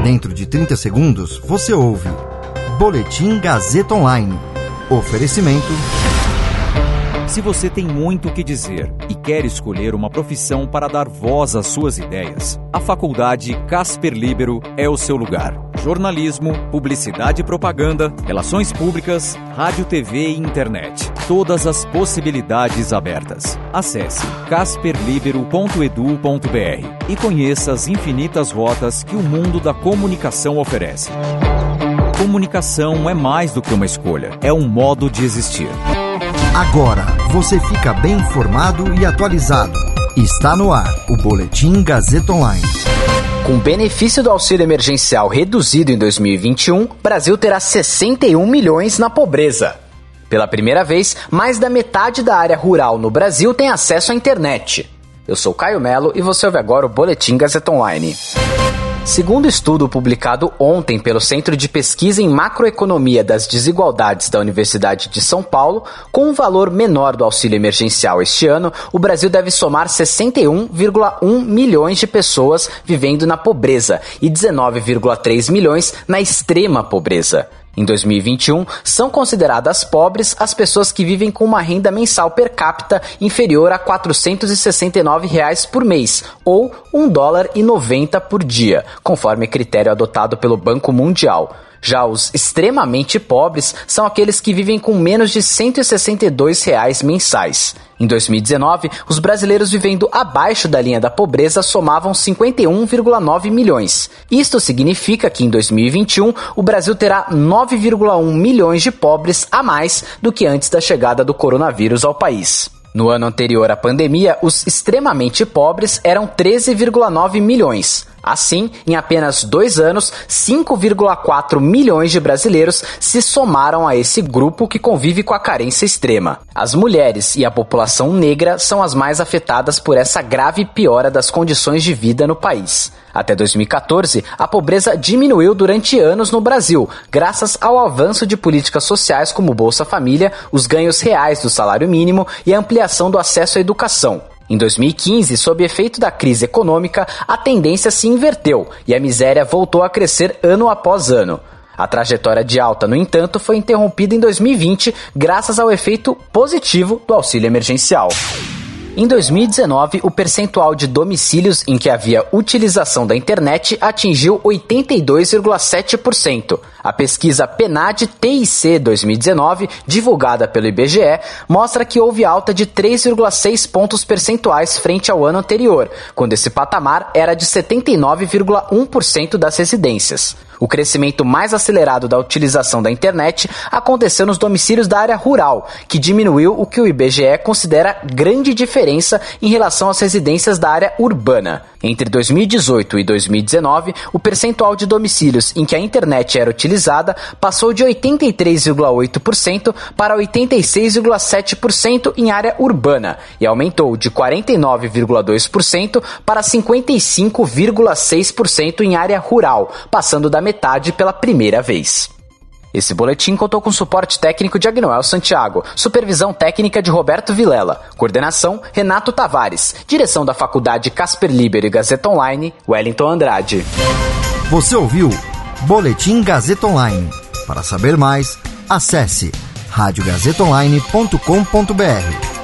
Dentro de 30 segundos, você ouve Boletim Gazeta Online. Oferecimento... Se você tem muito o que dizer e quer escolher uma profissão para dar voz às suas ideias, a Faculdade Casper Líbero é o seu lugar. Jornalismo, publicidade e propaganda, relações públicas, rádio, TV e internet. Todas as possibilidades abertas. Acesse casperlibero.edu.br e conheça as infinitas rotas que o mundo da comunicação oferece. Comunicação é mais do que uma escolha, é um modo de existir. Agora você fica bem informado e atualizado. Está no ar o Boletim Gazeta Online. Com benefício do auxílio emergencial reduzido em 2021, o Brasil terá 61 milhões na pobreza. Pela primeira vez, mais da metade da área rural no Brasil tem acesso à internet. Eu sou Caio Melo e você ouve agora o Boletim Gazeta Online. Segundo estudo publicado ontem pelo Centro de Pesquisa em Macroeconomia das Desigualdades da Universidade de São Paulo, com um valor menor do auxílio emergencial este ano, o Brasil deve somar 61,1 milhões de pessoas vivendo na pobreza e 19,3 milhões na extrema pobreza. Em 2021, são consideradas pobres as pessoas que vivem com uma renda mensal per capita inferior a R$ 469 por mês, ou $1,90 por dia, conforme critério adotado pelo Banco Mundial. Já os extremamente pobres são aqueles que vivem com menos de R$ 162 mensais. Em 2019, os brasileiros vivendo abaixo da linha da pobreza somavam 51,9 milhões. Isto significa que em 2021 o Brasil terá 9,1 milhões de pobres a mais do que antes da chegada do coronavírus ao país. No ano anterior à pandemia, os extremamente pobres eram 13,9 milhões. Assim, em apenas 2 anos, 5,4 milhões de brasileiros se somaram a esse grupo que convive com a carência extrema. As mulheres e a população negra são as mais afetadas por essa grave piora das condições de vida no país. Até 2014, a pobreza diminuiu durante anos no Brasil, graças ao avanço de políticas sociais como Bolsa Família, os ganhos reais do salário mínimo e a ampliação do acesso à educação. Em 2015, sob efeito da crise econômica, a tendência se inverteu e a miséria voltou a crescer ano após ano. A trajetória de alta, no entanto, foi interrompida em 2020 graças ao efeito positivo do auxílio emergencial. Em 2019, o percentual de domicílios em que havia utilização da internet atingiu 82,7%. A pesquisa PNAD-TIC 2019, divulgada pelo IBGE, mostra que houve alta de 3,6 pontos percentuais frente ao ano anterior, quando esse patamar era de 79,1% das residências. O crescimento mais acelerado da utilização da internet aconteceu nos domicílios da área rural, que diminuiu o que o IBGE considera grande diferença em relação às residências da área urbana. Entre 2018 e 2019, o percentual de domicílios em que a internet era utilizada passou de 83,8% para 86,7% em área urbana e aumentou de 49,2% para 55,6% em área rural, passando da metade pela primeira vez. Esse boletim contou com suporte técnico de Agnoel Santiago, supervisão técnica de Roberto Vilela, coordenação Renato Tavares, direção da Faculdade Casper Líbero e Gazeta Online, Wellington Andrade. Você ouviu Boletim Gazeta Online. Para saber mais, acesse radiogazetaonline.com.br.